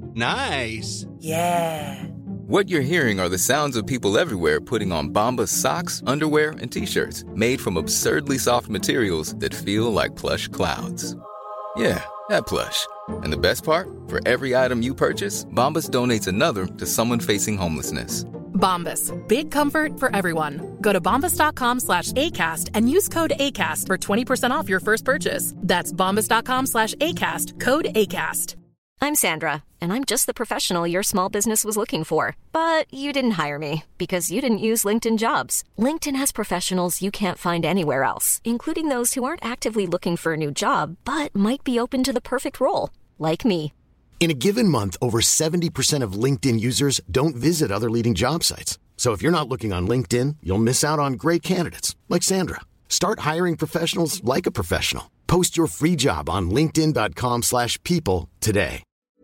Nice. Yeah. What you're hearing are the sounds of people everywhere putting on Bombas socks, underwear, and T-shirts made from absurdly soft materials that feel like plush clouds. Yeah, that plush. And the best part? For every item you purchase, Bombas donates another to someone facing homelessness. Bombas. Big comfort for everyone. Go to bombas.com/ACAST and use code ACAST for 20% off your first purchase. That's bombas.com/ACAST. Code ACAST. I'm Sandra, and I'm just the professional your small business was looking for. But you didn't hire me because you didn't use LinkedIn Jobs. LinkedIn has professionals you can't find anywhere else, including those who aren't actively looking for a new job, but might be open to the perfect role, like me. In a given month, over 70% of LinkedIn users don't visit other leading job sites. So if you're not looking on LinkedIn, you'll miss out on great candidates like Sandra. Start hiring professionals like a professional. Post your free job on linkedin.com/people today.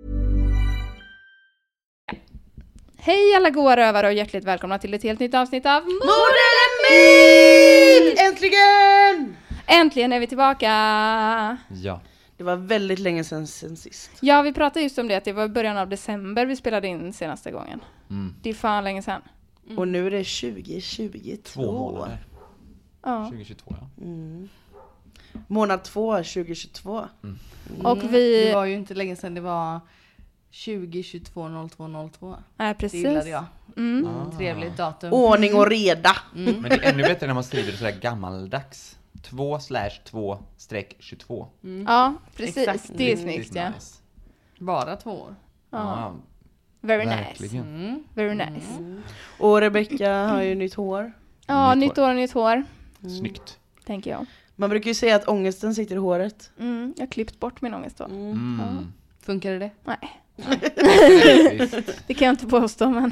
Hej alla goa rövare och hjärtligt välkomna till ett helt nytt avsnitt av Mord eller myt! Äntligen! Äntligen är vi tillbaka! Ja. Det var väldigt länge sedan sist. Ja, vi pratade just om det, att det var i början av december vi spelade in senaste gången. Det är fan länge sedan. Och nu är det 2022. 2 månader. Ja. 2022, ja. Månad 2, 2022. Och vi... Det var ju inte länge sedan, det var 2022-02-02. Nej, precis. Det gillade jag. Trevligt datum. Ordning och reda. Men det är ännu bättre när man skriver det sådär gammaldags. 2/2/22. Ja, precis. Exakt. Det är snyggt, ja. Nice. Bara 2 år. Ja, Very verkligen. nice. Very nice. Och Rebecca har ju nytt hår. Ja, Nytt nytt år och nytt hår, Snyggt. tänker jag. Man brukar ju säga att ångesten sitter i håret. Jag har klippt bort min ångest då. Funkar det? Nej, Visst. det kan jag inte påstå, men...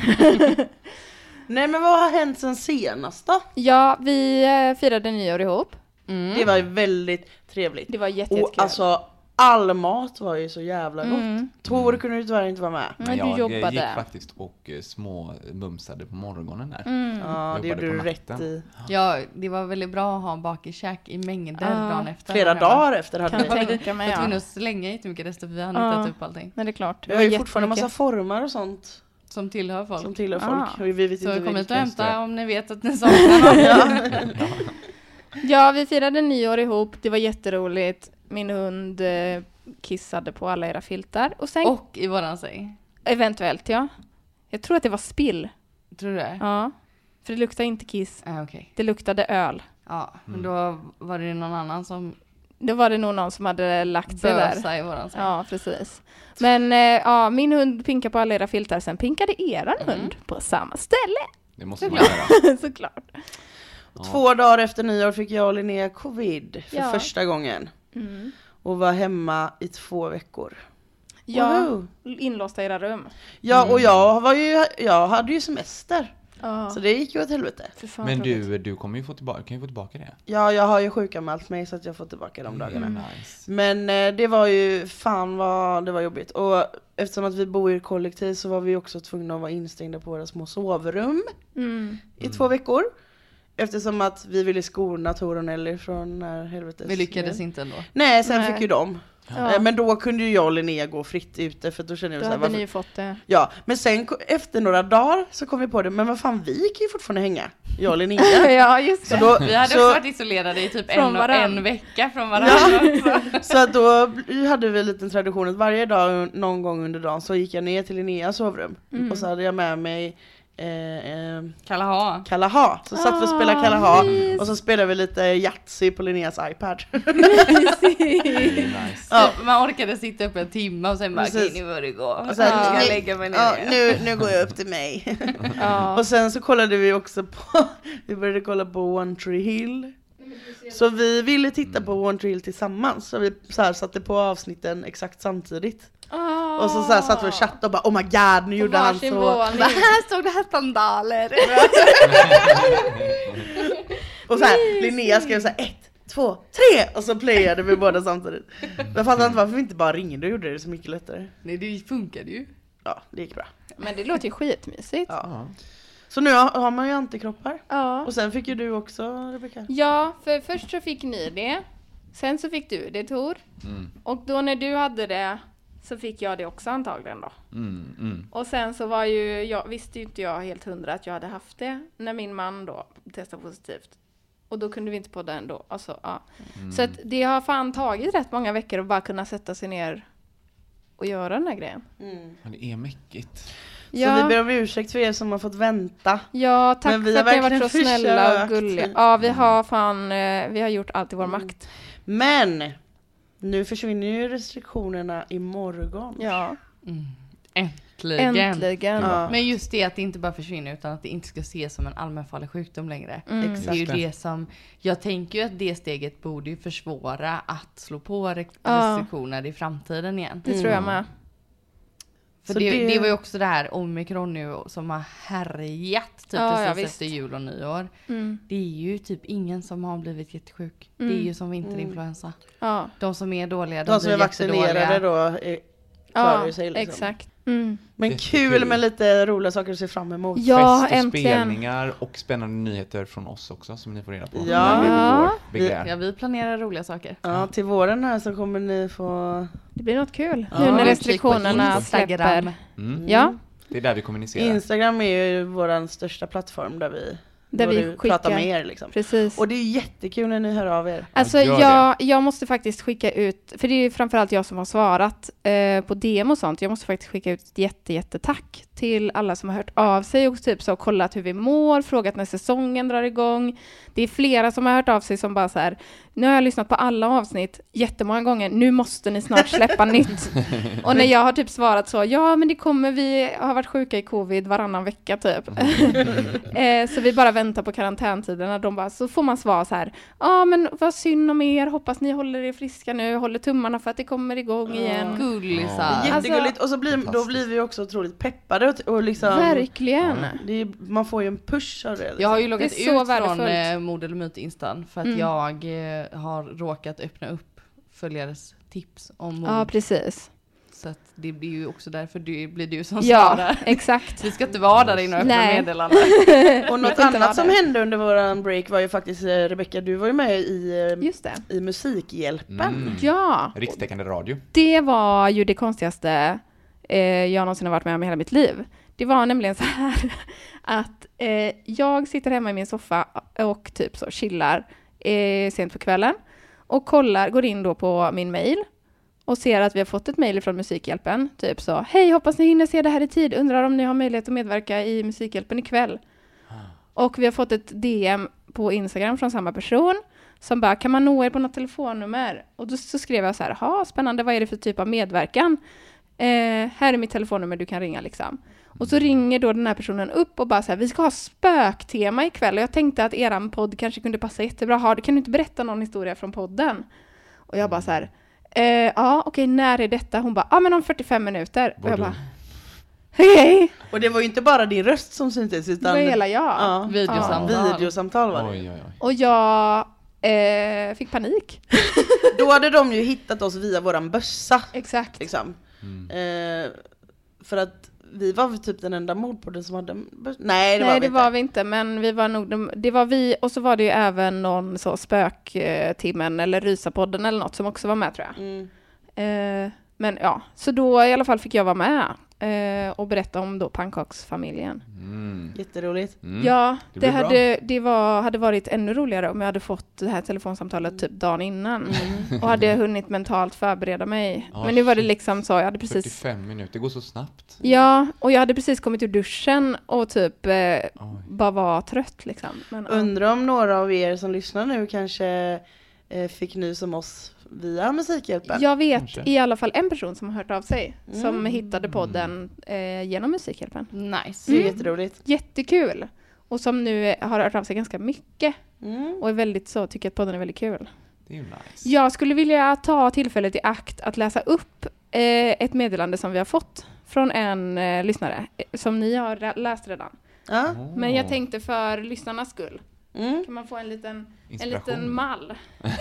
Nej, men vad har hänt sen senast då? Ja, vi firade nyår ihop. Det var ju väldigt trevligt. Det var Och jättekul. alltså, all mat var ju så jävla gott. Tor kunde ju tyvärr inte vara med. Men jag du jobbade. gick faktiskt och små mumsade på morgonen där. Ja, det Jobbade gjorde på du rätt natten. i. Ja, det var väldigt bra att ha bakiskäk i mängder dagen efter. Flera dagar efter hade Kan vi. tänka mig, Jag var tvungen ja. att slänga jättemycket rester för vi hann inte äta upp allting. Men det är klart. Vi har ju fortfarande massa formar och sånt Som tillhör folk. som tillhör folk. Och vi vet Så inte kom hit vilka. och hämta om ni vet att ni saknar någon. Ja, vi firade nyår ihop. Det var jätteroligt. Min hund kissade på alla era filtar. Och sen... Och i våran säng. Eventuellt, ja. Jag tror att det var spill. Tror du det? Ja. För det luktade inte kiss. Okej. Det luktade öl. Ja, men då var det någon annan som Då var det nog någon som hade lagt sig där. bösa i våran säng. Ja, precis. Men ja, min hund pinkade på alla era filtar. Sen pinkade eran hund på samma ställe. Det måste man göra. Såklart. 2 dagar efter nyår fick jag och Linnea covid för Ja. första gången. Och var hemma i 2 veckor. Ja, Woho! inlåsta i era rum. Ja, och jag hade ju semester. Ja. Så det gick ju åt helvete. Fy fan, Men tråkigt. du kommer ju få tillbaka, kan ju få tillbaka det. Ja, jag har ju sjukanmält mig så att jag får tillbaka de dagarna. Nice. Men det var ju, fan vad det var jobbigt. Och eftersom att vi bor i kollektiv så var vi också tvungna att vara instängda på våra små sovrum i 2 veckor. Eftersom att vi ville skona Tor och Nelly från helvetes. Vi lyckades inte ändå. Nej, sen fick ju de. Ja. Men då kunde ju jag och Linnea gå fritt ute för då kände jag Då så här, hade varför... ni fått det. Ja, men sen efter några dagar så kom vi på det, men vad fan, vi kan ju fortfarande hänga, jag och Linnea. Ja, just det. Så då, Vi hade också varit isolerade i typ Från en vecka från varandra. så att då hade vi en liten tradition att varje dag, någon gång under dagen, så gick jag ner till Linneas sovrum. Och så hade jag med mig Kalaha. Så satt vi och spelade Kalaha. Och så spelade vi lite Yatzy på Linneas iPad. Nice. Ja. Man orkade sitta upp en timme och sen bara, Precis. okej, nu får det gå. Och sen, Ska jag nu- lägga mig ner ja, igen. nu går jag upp till mig. Ja. Och sen så kollade vi också på, vi började kolla på One Tree Hill. Så vi ville titta på One Tree Hill tillsammans. Så vi så här satte på avsnitten exakt samtidigt. Och så här satt vi och chattade och bara, oh my god, nu gjorde han så. Här stod det här sandaler. Och så här, Linnea skrev så här 1, 2, 3 och så playade vi båda samtidigt. Jag fattar inte varför vi inte bara ringde och gjorde det så mycket lättare. Nej, det funkade ju. Ja, det gick bra. Men det låter ju skitmysigt. Ja. Så nu har man ju antikroppar. Ja. Och sen fick ju du också, Rebecca. Ja, för först så fick ni det. Sen så fick du det, Tor. Och då när du hade det så fick jag det också antagligen då. Och sen så var ju, visste ju inte jag helt 100 att jag hade haft det när min man då testade positivt. Och då kunde vi inte podda ändå. Alltså, ja. Så att det har fan tagit rätt många veckor att bara kunna sätta sig ner och göra den här grejen. Ja, det är mäckigt. Så vi ber om ursäkt för er som har fått vänta. Ja, tack för att ni har varit så snälla och gulliga. Ja, vi har gjort allt i vår makt. Men nu försvinner ju restriktionerna imorgon. Ja. Äntligen. Ja. Men just det att det inte bara försvinner utan att det inte ska ses som en allmänfarlig sjukdom längre. Det är ju det som, jag tänker ju att det steget borde ju försvåra att slå på restriktioner i framtiden igen. Det tror jag med. För det var ju också det här omikron nu som har härjat typ precis efter jul och nyår. Det är ju typ ingen som har blivit jättesjuk. Det är ju som vinterinfluensa. De som är dåliga, de som är vaccinerade då klarar sig liksom. Exakt. Men kul med lite roliga saker att se fram emot. Ja, fest och äntligen. Spelningar och spännande nyheter från oss också som ni får reda på. Vi planerar roliga saker. Ja, till våren här så kommer ni få... Det blir något kul. Nu när restriktionerna släpper. Ja. Det är där vi kommunicerar. Instagram är ju vår största plattform där vi pratar med er liksom. Precis. Och det är jättekul när ni hör av er. Alltså jag måste faktiskt skicka ut, för det är framförallt jag som har svarat på DM och sånt. Jag måste faktiskt skicka ut ett jättetack till alla som har hört av sig och typ så kollat hur vi mår, frågat när säsongen drar igång. Det är flera som har hört av sig som bara så här, nu har jag lyssnat på alla avsnitt jättemånga gånger, nu måste ni snart släppa nytt. Och när jag har typ svarat så, ja men det kommer, vi har varit sjuka i covid varannan vecka typ. Så vi bara väntar på karantäntiderna. De bara, så får man svara så här, ja men vad synd om er, hoppas ni håller er friska nu, håller tummarna för att det kommer igång igen. Gullisar. Jättegulligt, och så då blir vi också otroligt peppade och liksom, verkligen. Man får ju en push av det liksom. Jag har ju loggat ut från Mod eller Myt Instan för att jag har råkat öppna upp följares tips om mod. Ja, precis. Så att det blir ju också därför det blir du som svarar. Exakt. Vi ska inte vara där inne och öppna meddelanden. Och något annat som hände under våran break var ju faktiskt, Rebecca, du var ju med i Musikhjälpen. Ja. Rikstäckande radio. Det var ju det konstigaste jag någonsin har varit med om i hela mitt liv. Det var nämligen så här att jag sitter hemma i min soffa och typ så chillar sent på kvällen och går in då på min mail och ser att vi har fått ett mejl från Musikhjälpen. Typ så, hej, hoppas ni hinner se det här i tid. Undrar om ni har möjlighet att medverka i Musikhjälpen ikväll. Och vi har fått ett DM på Instagram från samma person som bara, kan man nå er på något telefonnummer? Och då så skrev jag så här, spännande, vad är det för typ av medverkan? Här är mitt telefonnummer, du kan ringa liksom. Och så ringer då den här personen upp och bara så här, vi ska ha spöktema ikväll. Och jag tänkte att eran podd kanske kunde passa jättebra. Kan du inte berätta någon historia från podden? Och jag bara så här, okej, när är detta? Hon bara, men om 45 minuter. Och jag bara, hej. Och det var ju inte bara din röst som syntes, utan det var hela jag. Videosamtal var det. Oj. Och jag fick panik. Då hade de ju hittat oss via våran bössa. Exakt. Liksom. För att vi var typ den enda mordpodden som hade Nej, det var vi inte. Men vi var nog det var vi, och så var det ju även någon så spöktimmen eller Rysapodden eller något som också var med, tror jag. Men ja, så då i alla fall fick jag vara med och berätta om då pannkaksfamiljen. Jätteroligt. Ja, det hade varit ännu roligare om jag hade fått det här telefonsamtalet typ dagen innan och hade hunnit mentalt förbereda mig. Men nu var det liksom så, jag hade precis 45 minuter, det går så snabbt. Ja, och jag hade precis kommit ur duschen och typ bara var trött liksom. Men, undrar om några av er som lyssnar nu kanske fick nys om oss via Musikhjälpen. Jag vet kanske i alla fall en person som har hört av sig som hittade podden genom Musikhjälpen. Nice. Det är jätteroligt. Jättekul. Och som nu har hört av sig ganska mycket. Och är väldigt så, tycker att podden är väldigt kul. Det är ju nice. Jag skulle vilja ta tillfället i akt att läsa upp ett meddelande som vi har fått från en lyssnare som ni har läst redan. Men jag tänkte för lyssnarnas skull. Kan man få en liten mall?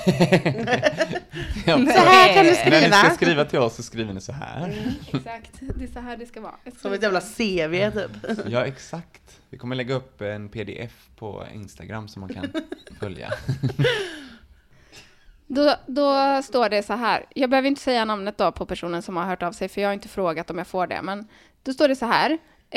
Så här kan du skriva. När ni ska skriva till oss så skriver ni så här. Exakt, det är så här det ska vara. Som ett jävla CV typ. Ja, exakt. Vi kommer lägga upp en pdf på Instagram som man kan följa. Då står det så här. Jag behöver inte säga namnet då på personen som har hört av sig, för jag har inte frågat om jag får det. Men då står det så här.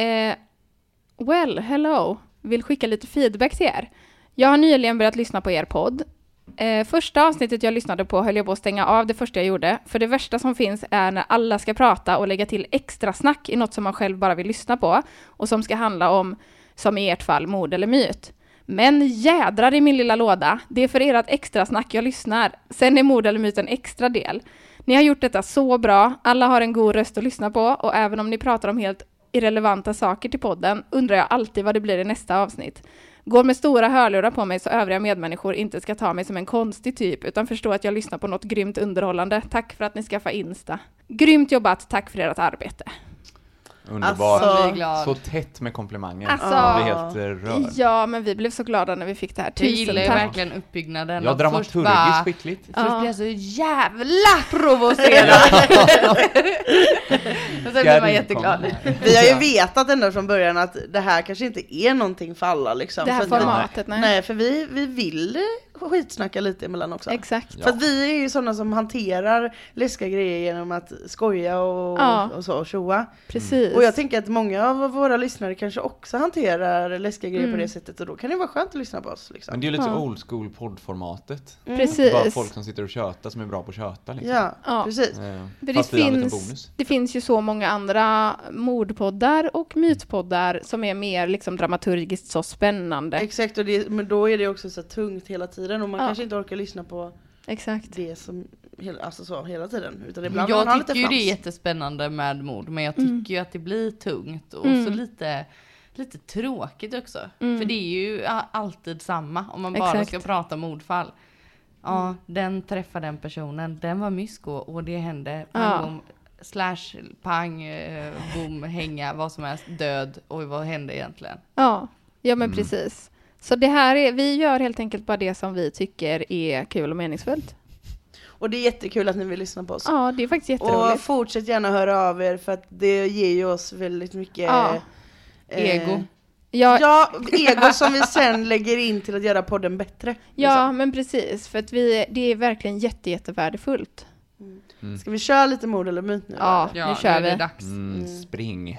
Well, hello. Vill skicka lite feedback till er. Jag har nyligen börjat lyssna på er podd. Första avsnittet jag lyssnade på höll jag på att stänga av det första jag gjorde. För det värsta som finns är när alla ska prata och lägga till extra snack i något som man själv bara vill lyssna på. Och som ska handla om, som i ert fall, mord eller myt. Men jädrar i min lilla låda. Det är för ert extra snack jag lyssnar. Sen är mord eller myt en extra del. Ni har gjort detta så bra. Alla har en god röst att lyssna på. Och även om ni pratar om helt irrelevanta saker till podden undrar jag alltid vad det blir i nästa avsnitt. Går med stora hörlurar på mig så övriga medmänniskor inte ska ta mig som en konstig typ utan förstå att jag lyssnar på något grymt underhållande. Tack för att ni skaffar Insta. Grymt jobbat, tack för ert arbete. Underbart. Alltså, så tätt med komplimanger. Alltså, jag blir helt rörd. Ja, men vi blev så glada när vi fick det här. Jag gillar ju verkligen uppbyggnaden. Ja, dramaturgiskt skickligt. Först blir jag så jävla provocerad. Och sen blir man jätteglad. Vi har ju vetat ändå från början att det här kanske inte är någonting för alla. Liksom. Det här formatet, nej, för vi vill skitsnacka lite emellan också. Exakt. För att vi är ju sådana som hanterar läskiga grejer genom att skoja och så och tjoa. Precis. Och jag tänker att många av våra lyssnare kanske också hanterar läskiga grejer på det sättet. Och då kan det vara skönt att lyssna på oss. Liksom. Men det är ju lite old school poddformatet. Precis. Bara folk som sitter och tjötar som är bra på att köta. Liksom. Ja, precis. Det finns ju så många andra mordpoddar och mytpoddar som är mer liksom dramaturgiskt så spännande. Exakt, och men då är det också så tungt hela tiden. Och man kanske inte orkar lyssna på det som hela tiden. Utan ibland jag tycker ju det är jättespännande med mord. Men jag tycker ju att det blir tungt. Och så lite tråkigt också. För det är ju alltid samma. Om man bara ska prata mordfall. Ja, den träffar den personen. Den var mysko och det hände. Slash, pang, boom, hänga, vad som helst, död. Och vad hände egentligen? Ja men precis. Så det här vi gör helt enkelt bara det som vi tycker är kul och meningsfullt. Och det är jättekul att ni vill lyssna på oss. Ja, det är faktiskt jätteroligt. Och fortsätt gärna höra av er för att det ger ju oss väldigt mycket ego. Ja, ego som vi sen lägger in till att göra podden bättre. Ja, liksom. Men precis. För att det är verkligen jättevärdefullt. Ska vi köra lite mord eller myt nu? Ja, nu kör vi. Det är dags. Spring.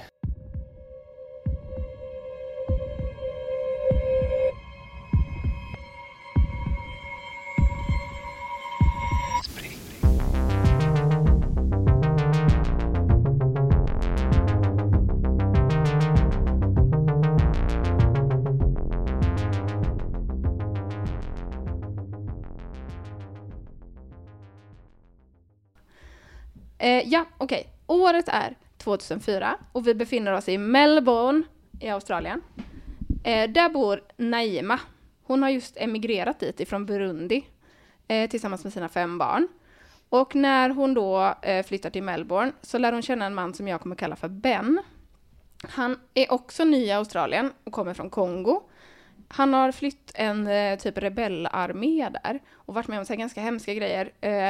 Okej. Året är 2004 och vi befinner oss i Melbourne i Australien. Där bor Naima. Hon har just emigrerat dit ifrån Burundi tillsammans med sina 5 barn. Och när hon då flyttar till Melbourne så lär hon känna en man som jag kommer kalla för Ben. Han är också ny i Australien och kommer från Kongo. Han har flytt en typ rebellarmé där och varit med om så här ganska hemska grejer.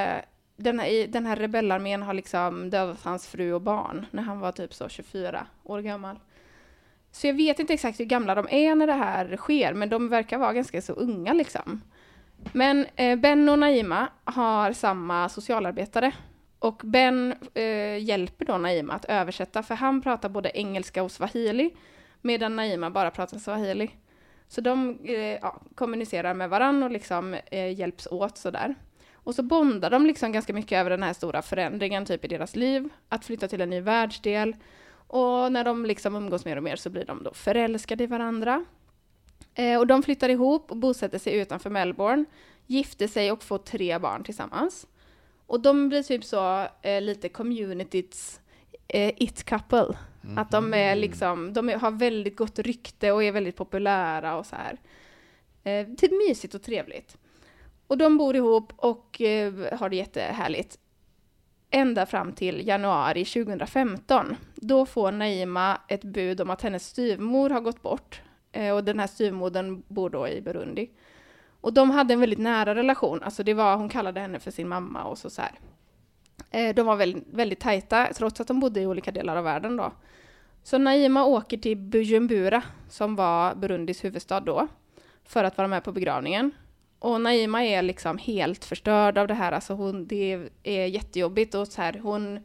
Den här rebellarmén har liksom dödat hans fru och barn när han var typ så 24 år gammal. Så jag vet inte exakt hur gamla de är när det här sker, men de verkar vara ganska så unga liksom. Men Ben och Naima har samma socialarbetare. Och Ben hjälper då Naima att översätta, för han pratar både engelska och swahili, medan Naima bara pratar swahili. Så de kommunicerar med varann och liksom hjälps åt sådär. Och så bondar de liksom ganska mycket över den här stora förändringen typ i deras liv. Att flytta till en ny världsdel. Och när de liksom umgås mer och mer så blir de då förälskade i varandra. Och de flyttar ihop och bosätter sig utanför Melbourne. Gifter sig och får 3 barn tillsammans. Och de blir typ så lite community's it couple. Att de är liksom, har väldigt gott rykte och är väldigt populära och så här. Typ mysigt och trevligt. Och de bor ihop och har det jättehärligt. Ända fram till januari 2015. Då får Naima ett bud om att hennes styvmor har gått bort. Och den här styvmodern bor då i Burundi. Och de hade en väldigt nära relation. Alltså hon kallade henne för sin mamma och så här. De var väldigt, väldigt tajta trots att de bodde i olika delar av världen då. Så Naima åker till Bujumbura som var Burundis huvudstad då. För att vara med på begravningen. Och Naima är liksom helt förstörd av det här. Alltså det är jättejobbigt. Och så här, hon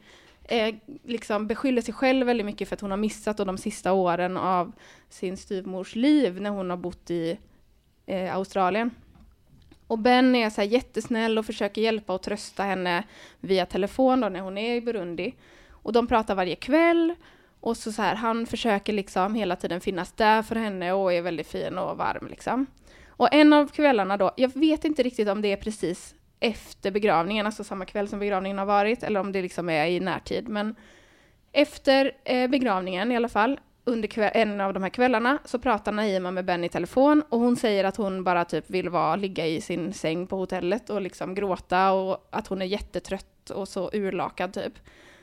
liksom beskyller sig själv väldigt mycket för att hon har missat de sista åren av sin styvmors liv när hon har bott i Australien. Och Ben är så här jättesnäll och försöker hjälpa och trösta henne via telefon då när hon är i Burundi. Och de pratar varje kväll. Och så här, han försöker liksom hela tiden finnas där för henne och är väldigt fin och varm liksom. Och en av kvällarna då, jag vet inte riktigt om det är precis efter begravningen, alltså samma kväll som begravningen har varit, eller om det liksom är i närtid. Men efter begravningen i alla fall, under en av de här kvällarna, så pratar Naima med Ben i telefon. Och hon säger att hon bara typ vill ligga i sin säng på hotellet och liksom gråta. Och att hon är jättetrött och så urlakad typ.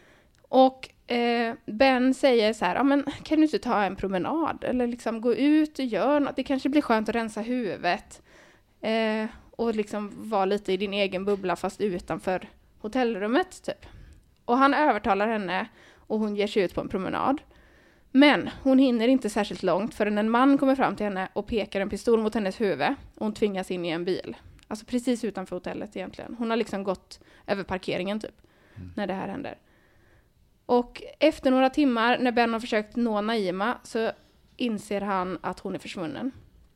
Och Ben säger så här, ja men kan du inte ta en promenad? Eller liksom gå ut och göra något. Det kanske blir skönt att rensa huvudet. Och liksom vara lite i din egen bubbla fast utanför hotellrummet typ. Och han övertalar henne och hon ger sig ut på en promenad. Men hon hinner inte särskilt långt förrän en man kommer fram till henne och pekar en pistol mot hennes huvud. Och hon tvingas in i en bil. Alltså precis utanför hotellet egentligen. Hon har liksom gått över parkeringen typ när det här händer. Och efter några timmar när Ben har försökt nå Naima så inser han att hon är försvunnen.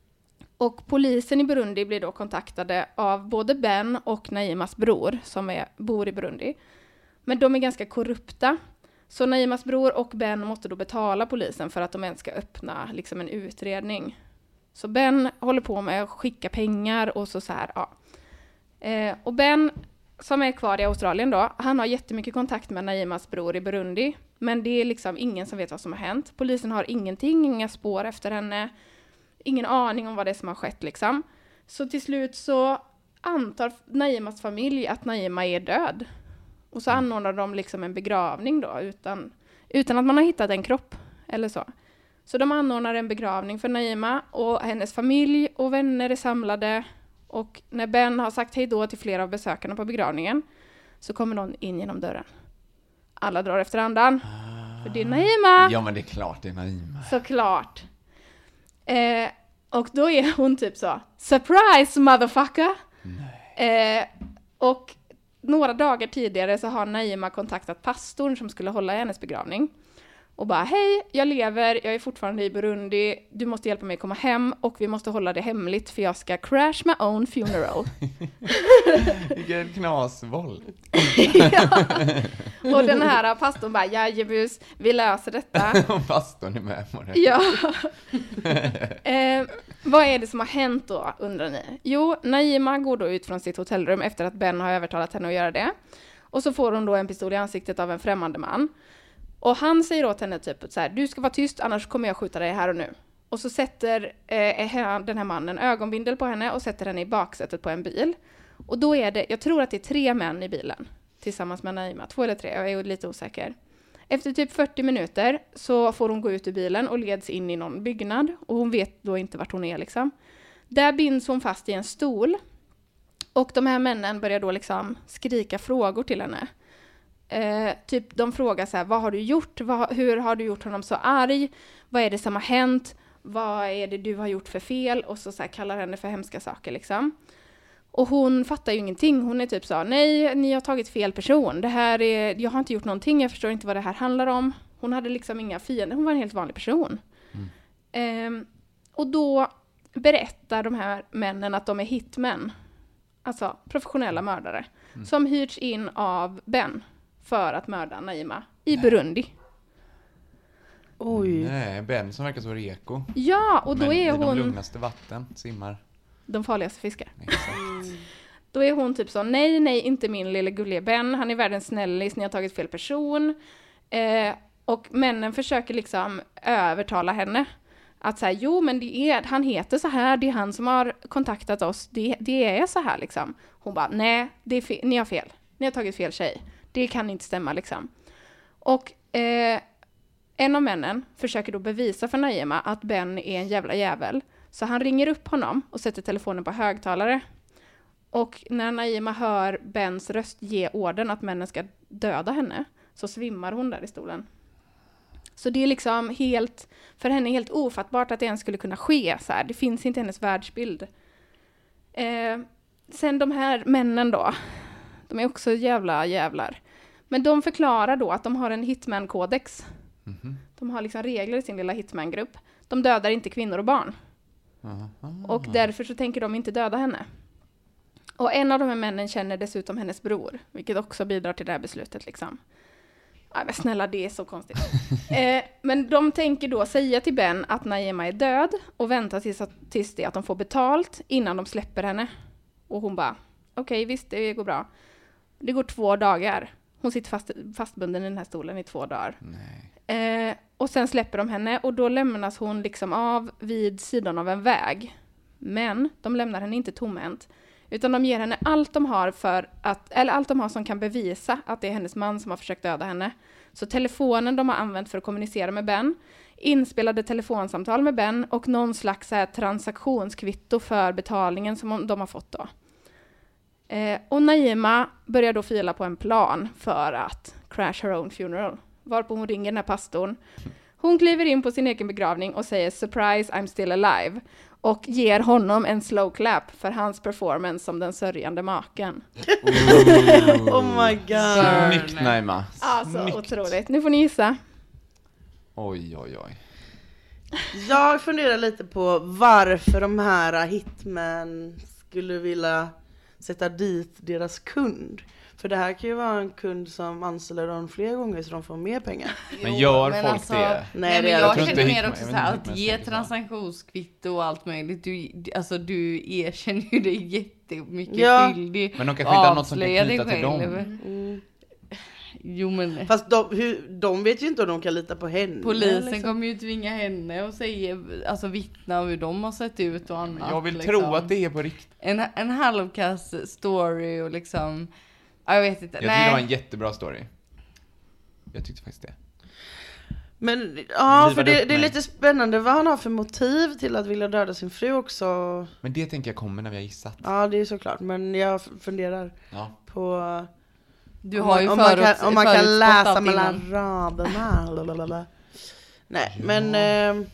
Och polisen i Burundi blir då kontaktade av både Ben och Naimas bror som bor i Burundi. Men de är ganska korrupta. Så Naimas bror och Ben måste då betala polisen för att de ens ska öppna liksom en utredning. Så Ben håller på med att skicka pengar och så här, ja. Och Ben som är kvar i Australien då, han har jättemycket kontakt med Naimas bror i Burundi. Men det är liksom ingen som vet vad som har hänt. Polisen har inga spår efter henne. Ingen aning om vad det är som har skett liksom. Så till slut så antar Naimas familj att Naima är död. Och så anordnar de liksom en begravning då utan att man har hittat en kropp eller så. Så de anordnar en begravning för Naima och hennes familj och vänner är samlade. Och när Ben har sagt hej då till flera av besökarna på begravningen så kommer någon in genom dörren. Alla drar efter andan. För det är Naima. Ja men det är klart det är Naima. Såklart. Och då är hon typ så, surprise motherfucker. Och några dagar tidigare så har Naima kontaktat pastorn som skulle hålla i hennes begravning. Och bara, hej, jag lever, jag är fortfarande i Burundi, du måste hjälpa mig att komma hem och vi måste hålla det hemligt för jag ska crash my own funeral. Vilken knasvoll. Ja. Och den här pastorn bara, jajebus, vi löser detta. Och pastorn är med på det. Ja. Vad är det som har hänt då, undrar ni? Jo, Naima går då ut från sitt hotellrum efter att Ben har övertalat henne att göra det. Och så får hon då en pistol i ansiktet av en främmande man. Och han säger åt henne typ så här, du ska vara tyst annars kommer jag skjuta dig här och nu. Och så sätter den här mannen ögonbindel på henne och sätter henne i baksätet på en bil. Och då är det, jag tror att det är 3 män i bilen tillsammans med Naima. 2 eller 3, jag är lite osäker. Efter typ 40 minuter så får hon gå ut ur bilen och leds in i någon byggnad. Och hon vet då inte vart hon är liksom. Där binds hon fast i en stol. Och de här männen börjar då liksom skrika frågor till henne. Typ de frågar så här, vad har du gjort? Hur har du gjort honom så arg? Vad är det som har hänt? Vad är det du har gjort för fel? Och så här kallar henne för hemska saker liksom. Och hon fattar ju ingenting. Hon är typ så, nej, ni har tagit fel person. Jag har inte gjort någonting, jag förstår inte vad det här handlar om. Hon hade liksom inga fiender, hon var en helt vanlig person. Och då berättar de här männen att de är hitmen. Alltså professionella mördare. Som hyrts in av Ben för att mörda Naima i Burundi. Oj. Nej, Ben som verkar så reko. Ja, och då men är hon... hon... de lugnaste vatten simmar. De farligaste fiskar. Exakt. Då är hon typ så, nej, inte min lille gulliga Ben. Han är världens snällis, ni har tagit fel person. Och männen försöker liksom övertala henne. Att säga, jo men han heter så här, det är han som har kontaktat oss. Det är så här liksom. Hon bara, nej, ni har fel. Ni har tagit fel tjej. Det kan inte stämma liksom. Och en av männen försöker då bevisa för Naima att Ben är en jävla jävel. Så han ringer upp honom och sätter telefonen på högtalare. Och när Naima hör Bens röst ge orden att männen ska döda henne så svimmar hon där i stolen. Så det är liksom för henne helt ofattbart att det ens skulle kunna ske så här. Det finns inte hennes världsbild. Sen de här männen då, de är också jävlar. Men de förklarar då att de har en hitman-kodex. Mm-hmm. De har liksom regler i sin lilla hitman-grupp. De dödar inte kvinnor och barn. Och därför så tänker de inte döda henne. Och en av de här männen känner dessutom hennes bror, vilket också bidrar till det här beslutet liksom. Men snälla, det är så konstigt. Men de tänker då säga till Ben att Naima är död och vänta tills det att de får betalt innan de släpper henne. Och hon bara, okej, visst, det går bra. Det går 2 dagar. Hon sitter fastbunden i den här stolen i 2 dagar. Och sen släpper de henne och då lämnas hon liksom av vid sidan av en väg. Men de lämnar henne inte tomhänt. Utan de ger henne allt de har allt de har som kan bevisa att det är hennes man som har försökt döda henne. Så telefonen de har använt för att kommunicera med Ben, inspelade telefonsamtal med Ben och någon slags transaktionskvitto för betalningen som de har fått då. Och Naima börjar då fila på en plan för att crash her own funeral. Varpå hon ringer den här pastorn. Hon kliver in på sin egen begravning och säger surprise, I'm still alive. Och ger honom en slow clap för hans performance som den sörjande maken. Oh my god. Snyggt, Naima. Alltså, otroligt. Nu får ni gissa. Oj. Jag funderar lite på varför de här hitmen skulle vilja sätta dit deras kund. För det här kan ju vara en kund som anställer dem fler gånger så de får mer pengar. Men gör folk alltså, det? Nej, men jag känner mer också så här att ge transaktionskvitto och allt möjligt. Du erkänner ju det jättemycket skyldig. Men de kanske inte har något som kan knyta till dem. Jo, men... Fast de vet ju inte om de kan lita på henne. Polisen liksom. Kommer ju tvinga henne och säga, alltså vittna hur de har sett ut och annat. Jag vill tro att det är på riktigt. En halvkass story och liksom... Jag vet inte. Jag tyckte det var en jättebra story. Jag tyckte faktiskt det. Men ja, för det är lite spännande vad han har för motiv till att vilja döda sin fru också. Men det tänker jag kommer när vi har gissat. Ja, det är såklart. Men jag funderar på... Du har ju om man kan läsa mellan raderna. Nej, men...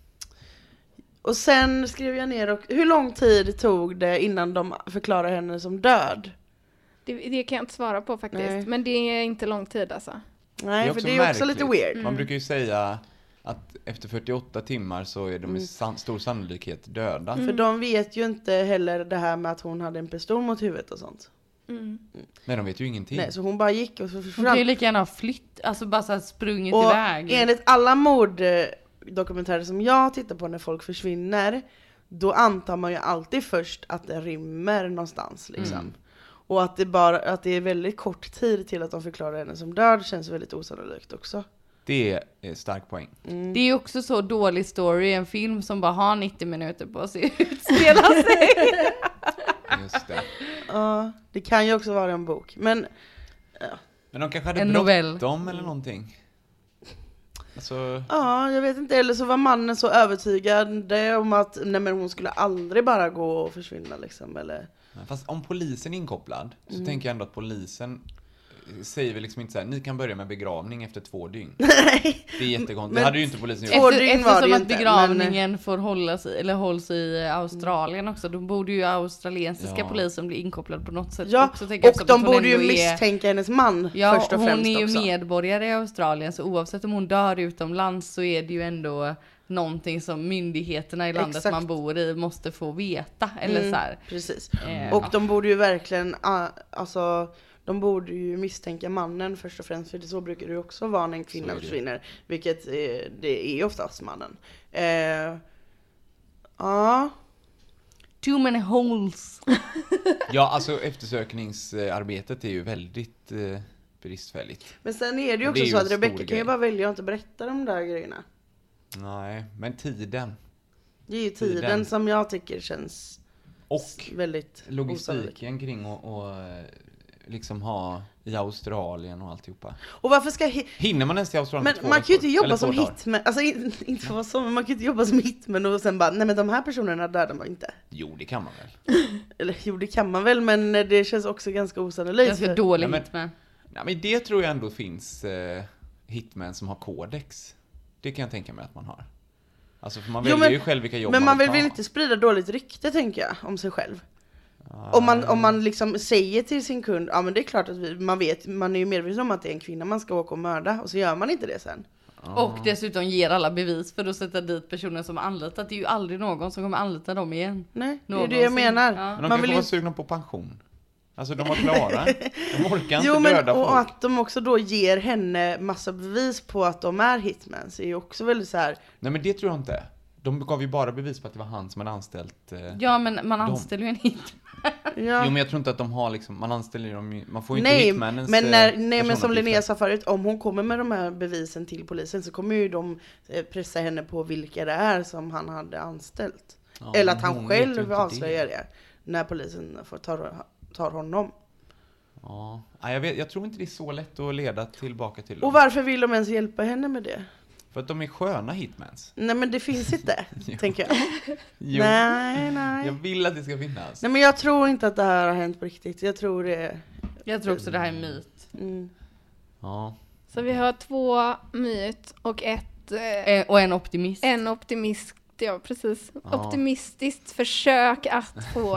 och sen skrev jag ner, och hur lång tid tog det innan de förklarade henne som död? Det kan jag inte svara på faktiskt. Nej. Men det är inte lång tid alltså. Nej, för det är också lite weird. Man brukar ju säga att efter 48 timmar så är de i stor sannolikhet döda. För de vet ju inte heller det här med att hon hade en pistol mot huvudet och sånt. Nej, de vet ju ingenting. Nej, så hon bara gick och så försvann. Hon kan ju lika gärna ha flytt, alltså bara så här sprungit iväg. Enligt alla morddokumentärer som jag tittar på när folk försvinner, då antar man ju alltid först att det rymmer någonstans liksom. Och att det är väldigt kort tid till att de förklarar henne som död känns väldigt osannolikt också. Det är stark poäng. Det är ju också så dålig story, en film som bara har 90 minuter på sig att utspela sig. Just det. Ja, det kan ju också vara en bok. Men de kanske hade bråttom eller någonting. Alltså... Ja, jag vet inte. Eller så var mannen så övertygad om att hon skulle aldrig bara gå och försvinna liksom, eller... Fast om polisen är inkopplad så tänker jag ändå att polisen säger väl liksom inte så här: ni kan börja med begravning efter 2 dygn. Nej. Det är jättekonstigt. Det hade ju inte polisen gjort. Eftersom att begravningen får hålls i Australien också, då borde ju australiensiska polisen bli inkopplad på något sätt. Ja, också, och de borde ju misstänka hennes man först och främst. Hon är ju också medborgare i Australien, så oavsett om hon dör utomlands så är det ju ändå någonting som myndigheterna i landet man bor i måste få veta. Eller så här. Precis. Och de borde ju verkligen, de borde ju misstänka mannen först och främst, för det så brukar det ju också vara när en kvinna försvinner, vilket det är oftast mannen. Too many holes. Ja, alltså eftersökningsarbetet är ju väldigt bristfälligt. Men sen är det ju också så att Rebecca kan ju bara välja att inte berätta de där grejerna. Nej, men tiden. Det är ju tiden som jag tycker känns och väldigt logistiken kring och liksom ha i Australien och alltihopa. Och varför ska hinner man ens till Australien? Men man kan ju inte jobba som hitman. Alltså inte för så, men man kan ju inte jobba som hitman och sen bara, nej men de här personerna dödar man inte. Jo, det kan man väl. Eller jo, det kan man väl, men det känns också ganska osannolikt. Ganska dålig hitman. Nej, men det tror jag ändå finns hitman som har kodex. Det kan jag tänka mig att man har. Alltså för man väljer ju själv vilka jobb men man vill väl inte sprida dåligt rykte, tänker jag, om sig själv. Om man liksom säger till sin kund, ja men det är klart att man är ju medveten om att det är en kvinna man ska åka och mörda, och så gör man inte det sen. Och dessutom ger alla bevis för att sätta dit personer som anlitat. Det är ju aldrig någon som kommer anlita dem igen. Nej, det är det jag menar. Ja. Men de kan vara sugna på pension. Alltså de var klara. De orkar inte döda folk. Och att de också då ger henne massa bevis på att de är hitmans är ju också väldigt så här. Nej men det tror jag inte. De gav ju bara bevis på att det var han som hade anställt Ja men man anställer ju en hitman. Ja. Jo men jag tror inte att de har liksom, man anställer dem, man får ju inte hitmannens men som Linnea sa förut, om hon kommer med de här bevisen till polisen så kommer ju de pressa henne på vilka det är som han hade anställt. Ja, eller att han själv avslöjar det när polisen tar honom. Ja, jag tror inte det är så lätt att leda tillbaka till dem. Och varför vill de ens hjälpa henne med det? För att de är sköna hitmans. Nej men det finns inte, tänker jag. Jo. Nej. Jag vill att det ska finnas. Nej men jag tror inte att det här har hänt på riktigt. Jag tror också det här är myt. Ja. Så vi har 2 myt och och en optimist. En optimist, ja precis. Ja. Optimistiskt försök att få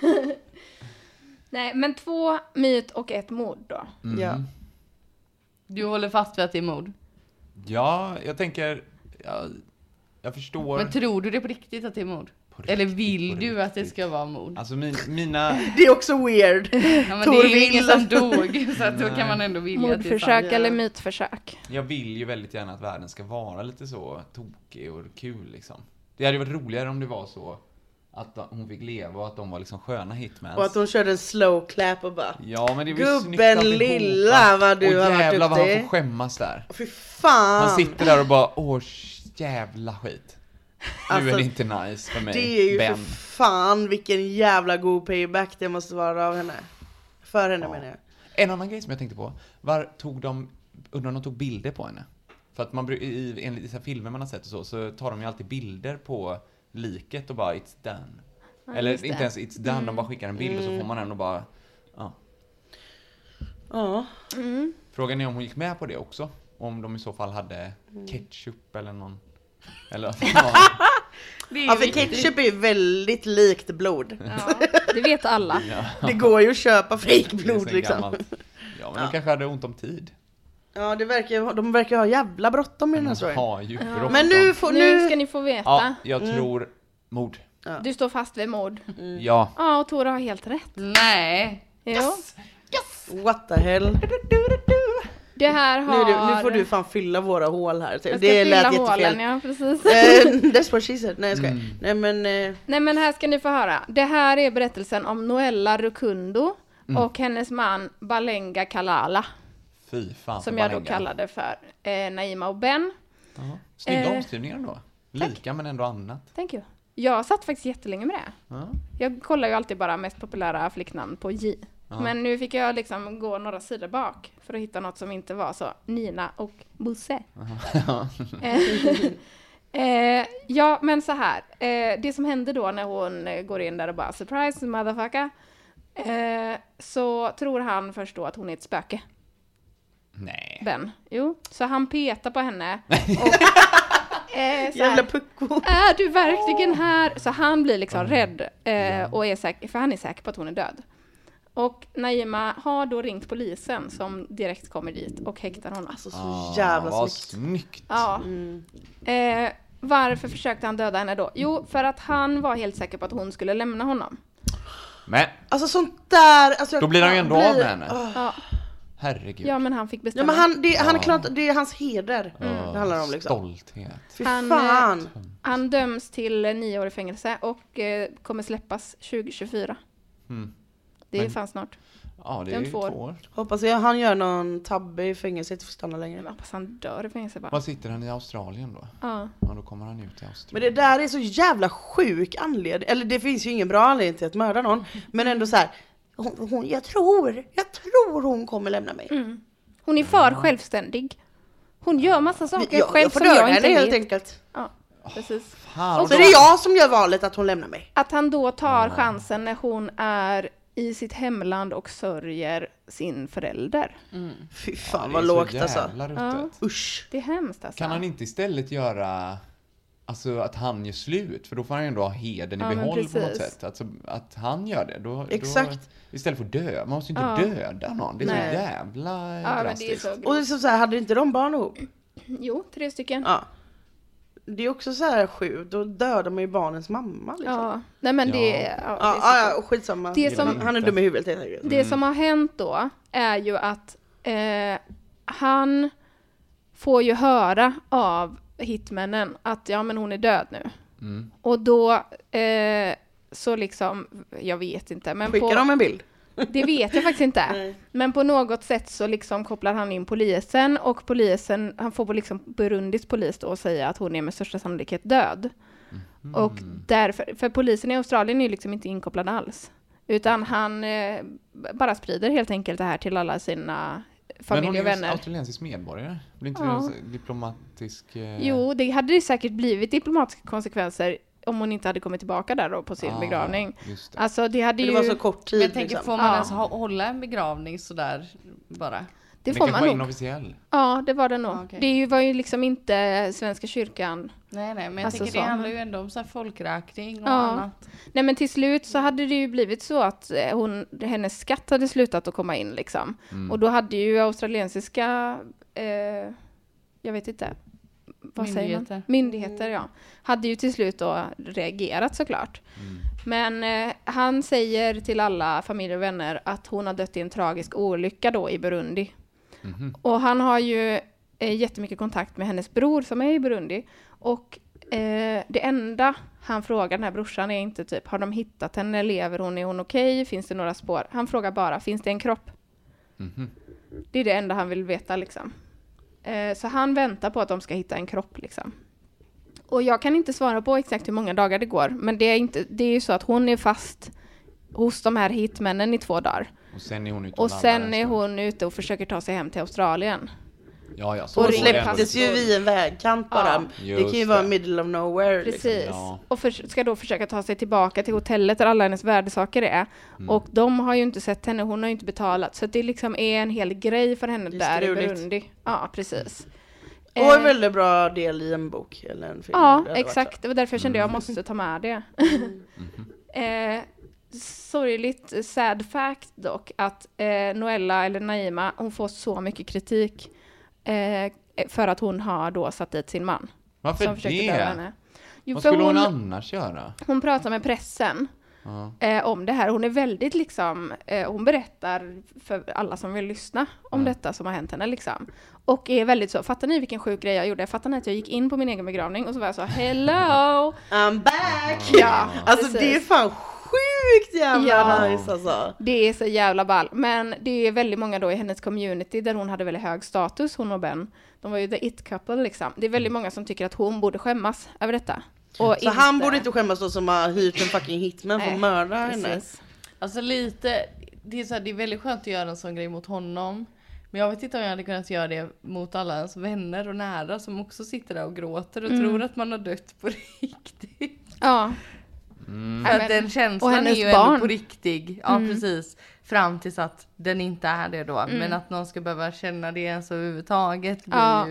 Nej, men 2 myt och 1 mord då. Ja. Du håller fast vid att det är mord? Ja, jag tänker jag förstår. Men tror du det på riktigt att det är mord? Eller vill du att det ska vara mord? Alltså mina det är också weird. Ja, men det är ju ingen som dog, så att då kan man ändå vilja mordförsök eller mytförsök. Jag vill ju väldigt gärna att världen ska vara lite så tokig och kul liksom. Det hade varit roligare om det var så att hon fick leva och att de var liksom sköna hitmans. Och att hon körde en slow clap och bara ja, men det gubben lilla vad du har varit duktig. Jävlar vad han får skämmas där. Fy fan. Han sitter där och bara jävla skit. Nu är det inte nice för mig. Det är ju för fan vilken jävla god payback det måste vara av henne. För henne menar jag. En annan grej som jag tänkte på. Undrar om de tog bilder på henne? För att enligt dessa filmer man har sett och så tar de ju alltid bilder på liket och bara it's done. Ja, eller inte ens it's done, de bara skickar en bild och så får man den och bara ja. Frågan är om hon gick med på det också. Om de i så fall hade ketchup eller någon eller för ketchup är ju väldigt likt blod. Ja, det vet alla. Ja. Det går ju att köpa fake blod liksom. Ja, men de kanske hade ont om tid. Ja, de verkar ha jävla bråttom i den här storyn. Men nu ska ni få veta. Ja, jag tror mord. Ja. Du står fast vid mord. Ja. Ja, och Tora har helt rätt. Nej. Yes. What the hell? Det här har... Nu får du fan fylla våra hål här. Jag ska fylla hålen, ja, precis. That's what she said. Nej, jag ska. Nej, men här ska ni få höra. Det här är berättelsen om Noella Rukundo och hennes man Balenga Kalala. Fy fan. Som jag då kallade för Naima och Ben. Snygga omskrivningar då. Lika men ändå annat. Thank you. Jag satt faktiskt jättelänge med det. Jag kollar ju alltid bara mest populära flicknamn på J. Men nu fick jag liksom gå några sidor bak för att hitta något som inte var så Nina och Bosse. Ja, men så här. Det som hände då när hon går in där och bara surprise motherfucker. Så tror han först då att hon är ett spöke. Nej. Ben. Jo, så han petar på henne. Och jävla pucko. Är du verkligen här? Så han blir liksom rädd och är säker, för han är säker på att hon är död. Och Naima har då ringt polisen som direkt kommer dit och häktar honom. Alltså så jävla snyggt. Ja. Varför försökte han döda henne då? Jo, för att han var helt säker på att hon skulle lämna honom. Men alltså sånt där, alltså, då blir han ju ändå av med henne. Ja. Herregud. Ja, men han fick bestämma. Ja, men han är klart, det är hans heder. Det handlar om liksom. Stolthet. Fy fan. Han döms till 9 år i fängelse och kommer släppas 2024. Det är fan snart. Ja, det är 2 år. Hoppas jag han gör någon tabbe i fängelset för att stanna längre. Jag hoppas han dör i fängelse bara. Vad sitter han i Australien då? Ja, då kommer han ut i Australien. Men det där är så jävla sjuk anledning. Eller det finns ju ingen bra anledning till att mörda någon. Men ändå så här. Jag tror hon kommer lämna mig. Hon är för självständig. Hon gör massa saker själv som jag inte vet. Helt enkelt. Ja, precis. Och så är det jag som gör valet att hon lämnar mig. Att han då tar chansen när hon är i sitt hemland och sörjer sin förälder. Fy fan vad lågt alltså. Ja. Usch. Det är hemskt alltså. Kan han inte istället göra alltså att han gör slut, för då får han ändå ha heden i behåll på något sätt. Alltså att han gör det, då istället för att dö. Man måste ju inte döda någon. Det är så jävla drastiskt. Och det är så här, hade inte de barn ihop? Jo, 3 stycken. Ja. Det är också så här sjukt, då dödar man ju barnens mamma liksom. Ja, nej men det är skitsamma. Han är dum i huvudet helt enkelt. Det som har hänt då är ju att han får ju höra av hitmännen att men hon är död nu. Och då så liksom, jag vet inte. Men skickar de en bild? Det vet jag faktiskt inte. Men på något sätt så liksom kopplar han in polisen, och polisen, han får liksom Burundis polis då och säga att hon är med största sannolikhet död. Och därför, för polisen i Australien är liksom inte inkopplad alls. Utan han bara sprider helt enkelt det här till alla sina familj och vänner. Men hon är australiensisk medborgare. Blir inte det diplomatisk... Jo, det hade det säkert blivit diplomatiska konsekvenser om hon inte hade kommit tillbaka där då på sin begravning. Just det. Alltså det hade ju... var så kort tid. Men jag tänker, får man alltså hålla en begravning sådär bara? Det får man nog. Inofficiell. Ja, det var det nog. Okay. Det var ju liksom inte Svenska kyrkan. Nej, men jag tänker det handlar ju ändå om så här folkräkning och annat. Nej, men till slut så hade det ju blivit så att hennes skatt hade slutat att komma in liksom. Och då hade ju australiensiska jag vet inte. Vad säger man? Myndigheter, hade ju till slut då reagerat såklart. Men han säger till alla familjer och vänner att hon har dött i en tragisk olycka då i Burundi. Och han har ju jättemycket kontakt med hennes bror som är i Burundi. Och det enda han frågar den här brorsan är inte typ, har de hittat henne, lever hon, är hon okej? Finns det några spår? Han frågar bara, finns det en kropp? Det är det enda han vill veta liksom. Så han väntar på att de ska hitta en kropp liksom. Och jag kan inte svara på exakt hur många dagar det går. Men det är ju så att hon är fast hos de här hitmännen i 2 dagar. Och sen är hon ute och försöker ta sig hem till Australien. Så och släpptes ju vid en vägkant bara. Det kan ju vara middle of nowhere. Precis. Liksom. Och ska då försöka ta sig tillbaka till hotellet där alla hennes värdesaker är. Och de har ju inte sett henne, hon har ju inte betalat. Så det liksom är en hel grej för henne där i Burundi. Ja, precis. Och en väldigt bra del i en bok eller en film. Ja, exakt. Det var därför jag kände att jag måste ta med det. Sorgligt sad fact dock att Noella eller Naima, hon får så mycket kritik för att hon har då satt dit sin man. Varför som det? Henne. Vad skulle hon annars göra? Hon pratar med pressen om det här. Hon är väldigt liksom, hon berättar för alla som vill lyssna om detta som har hänt henne liksom. Och är väldigt så, fattar ni vilken sjuk grej jag gjorde? Fattar ni att jag gick in på min egen begravning och så var jag så, hello! I'm back! Ja, alltså precis. Det är fan sjukt jävla nice alltså. Det är så jävla ball. Men det är väldigt många då i hennes community där hon hade väldigt hög status, hon och Ben. De var ju the it couple liksom. Det är väldigt många som tycker att hon borde skämmas över detta. Och så han borde inte skämmas då som har hyrt en fucking hitman för att mörda henne. Alltså lite, det är väldigt skönt att göra en sån grej mot honom. Men jag vet inte om jag hade kunnat göra det mot alla ens vänner och nära som också sitter där och gråter och tror att man har dött på riktigt. Ja. För att den känslan är ju ändå på riktigt. Ja, precis. Fram tills att den inte är det då. Men att någon ska behöva känna det ens överhuvudtaget.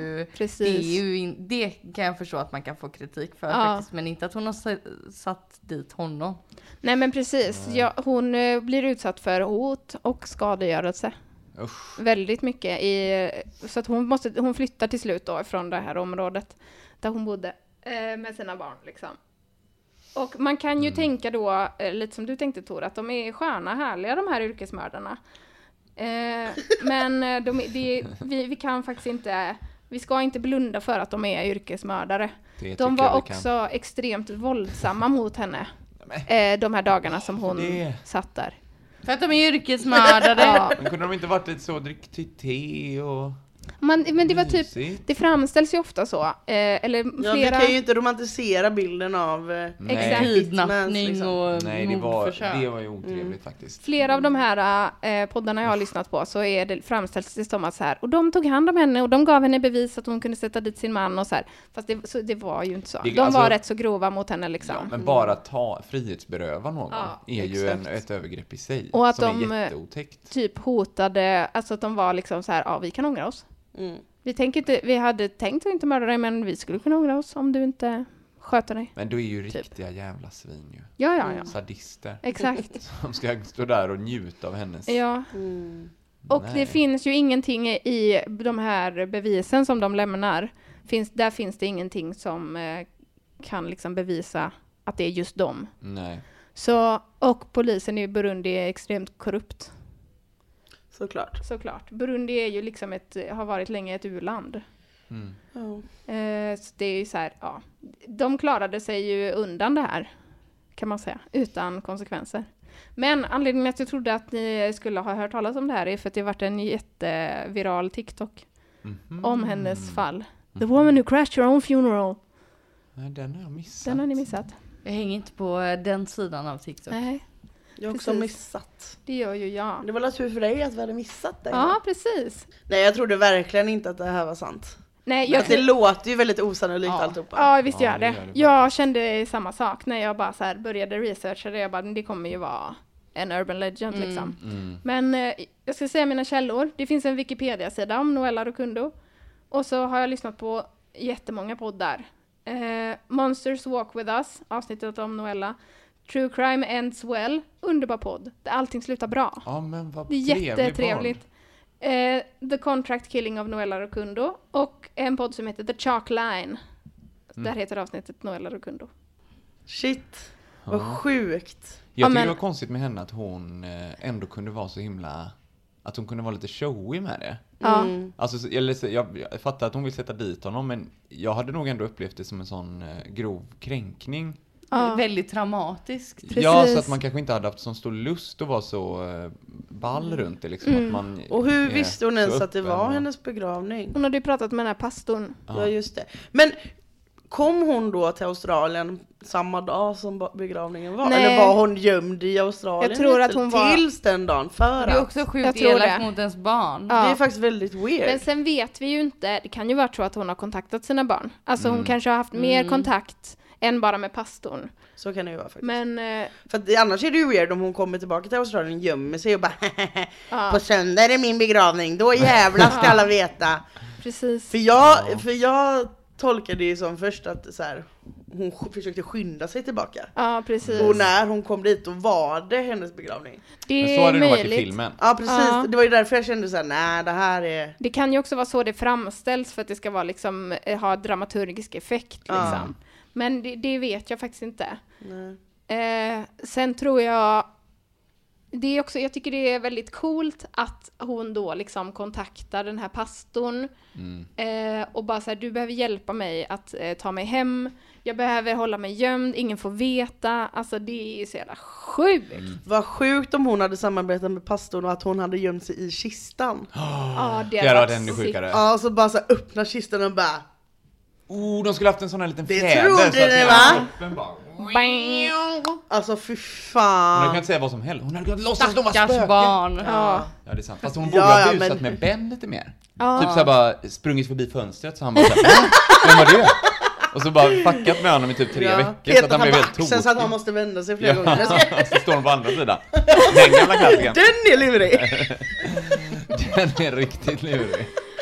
Det kan jag förstå att man kan få kritik för faktiskt. Men inte att hon har satt dit honom. Nej men precis. Ja, hon blir utsatt för hot och skadegörelse. Väldigt mycket. Så att hon flyttar till slut då från det här området där hon bodde med sina barn liksom. Och man kan ju tänka då, lite som du tänkte Tor, att de är sköna, härliga de här yrkesmördarna. Men vi kan faktiskt inte, vi ska inte blunda för att de är yrkesmördare. De var också extremt våldsamma mot henne de här dagarna som hon satt där. För att de är yrkesmördare. Men kunde de inte varit lite så, drick till te och... Men det var typ, det framställs ju ofta så. Eller flera... vi kan ju inte romantisera bilden av kidnappning liksom. Och det var ju otrevligt faktiskt. Flera av de här poddarna jag har lyssnat på så är det framställs det som att så här, och de tog hand om henne och de gav henne bevis att hon kunde sätta dit sin man och så här. Fast det var ju inte så. De var rätt så grova mot henne liksom. Ja, men bara frihetsberöva någon är ju ett övergrepp i sig. Och att som är jätteotäckt. Typ hotade, alltså att de var liksom så här, vi kan ångra oss. Vi hade tänkt att inte mörda dig, men vi skulle kunna ångra oss om du inte sköta dig. Men du är ju riktiga jävla svin ju. Ja. Sadister. Exakt. Som ska stå där och njuta av hennes... Ja. Och det finns ju ingenting i de här bevisen som de lämnar. Där finns det ingenting som kan liksom bevisa att det är just dem. Nej. Så, och polisen i Burundi är extremt korrupt. Såklart. Burundi är ju liksom har varit länge ett u-land. Så det är ju så här, de klarade sig ju undan det här, kan man säga, utan konsekvenser. Men anledningen att jag trodde att ni skulle ha hört talas om det här är för att det har varit en jätteviral TikTok om hennes fall. The woman who crashed her own funeral. Nej, den har jag missat. Den har ni missat. Jag hänger inte på den sidan av TikTok. Nej. Jag har också missat. Det gör ju jag. Det var väl tur för dig att vi hade missat det. Ja, precis. Nej, jag trodde verkligen inte att det här var sant. Nej, det låter ju väldigt osannolikt alltihopa. Ja, visst gör det. Jag kände samma sak när jag bara så här började researcha det. Jag bara, det kommer ju vara en urban legend liksom. Men jag ska säga mina källor. Det finns en Wikipedia-sida om Noella Rukundo. Och så har jag lyssnat på jättemånga poddar. Monsters Walk With Us, avsnittet om Noella. True Crime Ends Well, underbar podd. Där allting slutar bra. Ja, men vad det är jättetrevligt. The Contract Killing of Noella Rukundo. Och en podd som heter The Chalk Line. Där heter avsnittet Noella Rukundo. Shit, vad sjukt. Jag tycker det var konstigt med henne att hon ändå kunde vara så himla... Att hon kunde vara lite showy med det. Alltså, jag fattar att hon vill sätta dit honom, men jag hade nog ändå upplevt det som en sån grov kränkning. Väldigt traumatiskt. Precis. Ja, så att man kanske inte hade haft så stor lust att vara så ball runt det. Liksom, att man och hur visste hon ens att det var hennes begravning? Hon hade ju pratat med den här pastorn. Ja, just det. Men kom hon då till Australien samma dag som begravningen var? Nej. Eller var hon gömd i Australien? Jag tror att hon var... Tills den dagen för det är också sjukt elakt mot ens barn. Det är faktiskt väldigt weird. Men sen vet vi ju inte, det kan ju vara så att hon har kontaktat sina barn. Alltså hon kanske har haft mer kontakt än bara med pastorn. Så kan det ju vara faktiskt. Men, för att annars är det ju weird om hon kommer tillbaka till Australien, gömmer sig och bara på söndag är det min begravning, då jävlar ska alla veta. Precis. För jag tolkade det som först att så här, hon försökte skynda sig tillbaka. Ja, precis. Och när hon kom dit då var det hennes begravning. Det men så har det nog varit i filmen. Ja, precis. Det var ju därför jag kände så här, nej, det här är... Det kan ju också vara så det framställs för att det ska vara liksom, ha dramaturgisk effekt liksom. Men det vet jag faktiskt inte. Sen tror jag det är också, jag tycker det är väldigt coolt att hon då liksom kontaktar den här pastorn och bara så här, du behöver hjälpa mig att ta mig hem. Jag behöver hålla mig gömd, ingen får veta. Alltså det är så jävla sjukt. Vad sjukt om hon hade samarbetat med pastorn och att hon hade gömt sig i kistan. Det var ännu sjukare. Ja, så bara så öppna kistan och bara... de skulle haft en sån här liten fjäder. Det trodde det, va? Bang. Alltså fy fan. Hon kan inte säga vad som helst. Hon hade kunnat låtsas de var spöken. Barn. Ja, det är sant. Fast hon borde ha busat med Ben lite mer. Typ såhär bara sprungit förbi fönstret så han bara såhär, vem var det? Och så bara fuckat med honom i typ 3 veckor så att han blev helt tokig. Sen så att han måste vända sig flera gånger. Så står hon på andra sidan. Den gamla klassiken. Den är lurig. Den är riktigt lurig.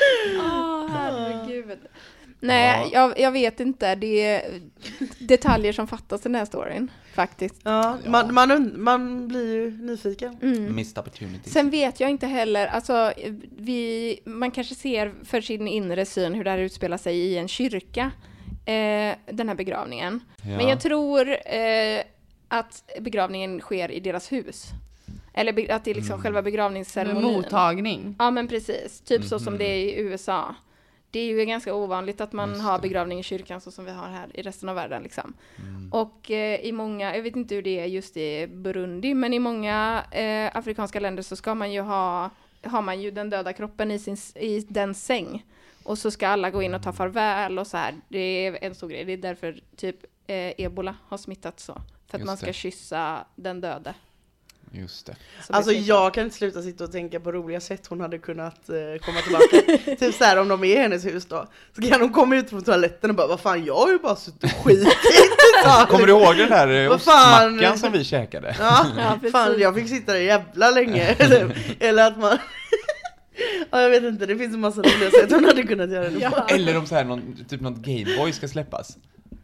Herregud. Nej, jag vet inte. Det är detaljer som fattas i den här storyn, faktiskt. Ja, man blir ju nyfiken. Missed opportunity. Sen vet jag inte heller, alltså man kanske ser för sin inre syn hur det här utspelar sig i en kyrka, den här begravningen. Ja. Men jag tror att begravningen sker i deras hus. Eller att det är liksom själva begravningsceremonin. Mottagning. Ja, men precis. Typ så som det är i USA. Det är ju ganska ovanligt att man har begravning i kyrkan så som vi har här i resten av världen liksom. Och i många, jag vet inte hur det är just i Burundi, men i många afrikanska länder så ska man ju har man ju den döda kroppen i den säng. Och så ska alla gå in och ta farväl och så här. Det är en stor grej. Det är därför typ ebola har smittat så. För att man ska kyssa den döde. Just det. Alltså jag kan inte sluta sitta och tänka på roliga sätt hon hade kunnat komma tillbaka. Typ så här, om de är i hennes hus då. Så kan hon komma ut från toaletten och bara, vad fan, jag har ju bara suttit och skitit. Kommer du ihåg den där ostmackan som vi käkade? Ja, fan, jag fick sitta där jävla länge. Eller att man... Ja, jag vet inte, det finns en massa roliga sätt hon hade kunnat göra det på. Eller om så här, typ något Gameboy ska släppas.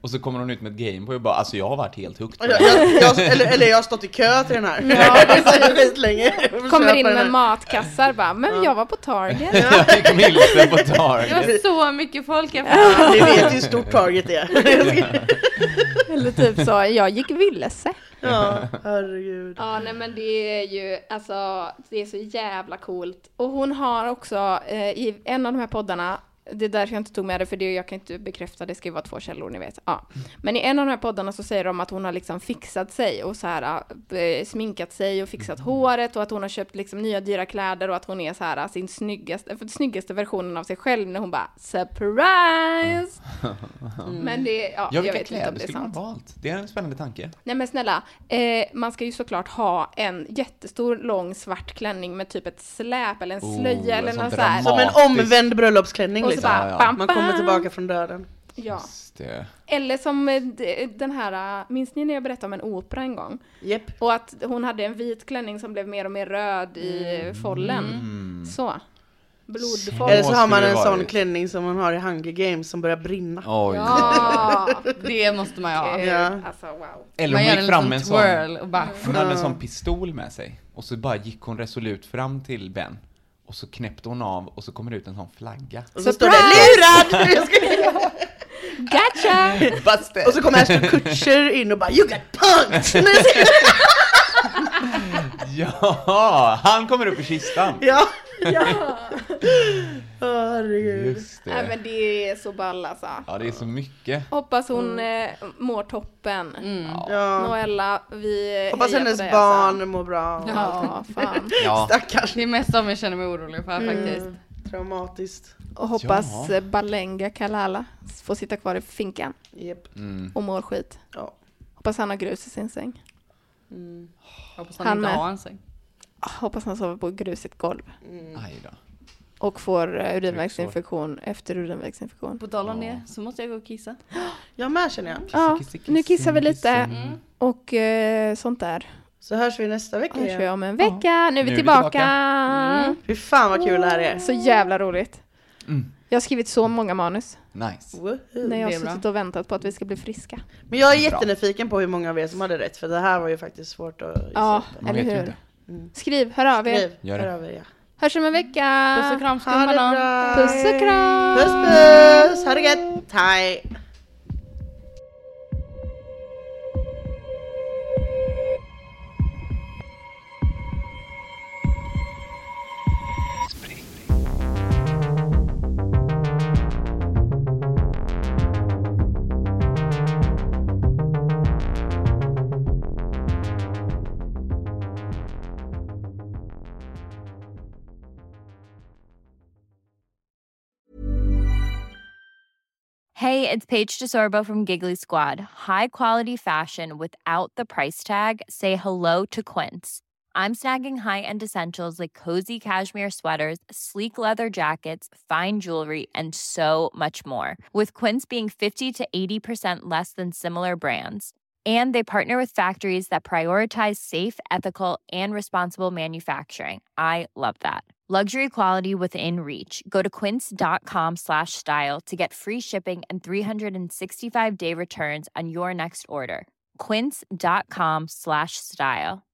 Och så kommer hon ut med ett Gameboy och bara, alltså jag har varit helt hooked. Eller jag har stått i kö till den här. Ja, länge. Kommer in med matkassar bara, men jag var på Target. Ja, vi kom hilsen på Target. Det var så mycket folk. Ni vet ju hur stort Target är. Eller typ så, jag gick vilse. Ja, herregud. Ja, nej men det är ju, alltså, det är så jävla coolt. Och hon har också, i en av de här poddarna, det är därför jag inte tog med det, för det jag kan inte bekräfta, det ska ju vara 2 källor, ni vet. Ja. Men i en av de här poddarna så säger de att hon har liksom fixat sig och så här sminkat sig och fixat håret, och att hon har köpt liksom nya dyra kläder, och att hon är så här sin snyggaste versionen av sig själv, när hon bara surprise. Men det, ja, jag vet inte om det är sant. Valt? Det är en spännande tanke. Nej men snälla, man ska ju såklart ha en jättestor lång svart klänning med typ ett släp eller en slöja eller något så här. Som en omvänd bröllopsklänning liksom. Bara, man kommer tillbaka från döden. Ja. Just det. Eller som den här, minns ni när jag berättade om en opera en gång? Yep. Och att hon hade en vit klänning som blev mer och mer röd i follen. Så. Blodfoll. Eller så har man en sån klänning som man har i Hunger Games som börjar brinna. Oj. Ja, det måste man ha. Ja. Alltså wow. Eller hon gick fram med en sån, och bara, hon hade en sån pistol med sig. Och så bara gick hon resolut fram till Ben. Och så knäppte hon av och så kommer det ut en sån flagga. Och så står det lurad! Gotcha! Busted. Och så kommer Ashton Kutcher in och bara, you got punked! Ja, han kommer upp i kistan. Ja. Ja. Herregud. Just det. Nej men det är så ball alltså. Ja, det är så mycket. Hoppas hon mår toppen. Ja. Noella, vi hoppas hennes dig, barn alltså. mår bra. Ja, fan. Ja. Stackars. det är mest som jag känner mig orolig för faktiskt. Traumatiskt. Och hoppas Balenga Kalala får sitta kvar i finkan. Yep. Och mår skit. Ja. Hoppas han har grus i sin säng. Hoppas han inte har en säng. Hoppas han sover på grusigt golv. Aj då. Och får urinvägsinfektion efter urinvägsinfektion. På tal om det så måste jag gå och kissa. Jag med känner jag. Ja, nu kissar vi lite. Och sånt där. Så hörs vi nästa vecka Hörs vi igen. om en vecka. Nu är vi tillbaka. Fy fan vad kul det här är. Så jävla roligt. Jag har skrivit så många manus. Nice. När jag har suttit och väntat på att vi ska bli friska. Men jag är jättenyfiken på hur många av er som hade rätt. För det här var ju faktiskt svårt att... Ja, eller hur? Skriv, hör av er. Skriv, hör av er, ja. Hörs om en vecka. Puss och kram, Ha det bra. Puss och kram. Puss puss. Ha det gött. Hej. Hey, it's Paige DeSorbo from Giggly Squad. High quality fashion without the price tag. Say hello to Quince. I'm snagging high-end essentials like cozy cashmere sweaters, sleek leather jackets, fine jewelry, and so much more. With Quince being 50 to 80% less than similar brands. And they partner with factories that prioritize safe, ethical, and responsible manufacturing. I love that. Luxury quality within reach. Go to quince.com/style to get free shipping and 365-day returns on your next order. Quince.com/style.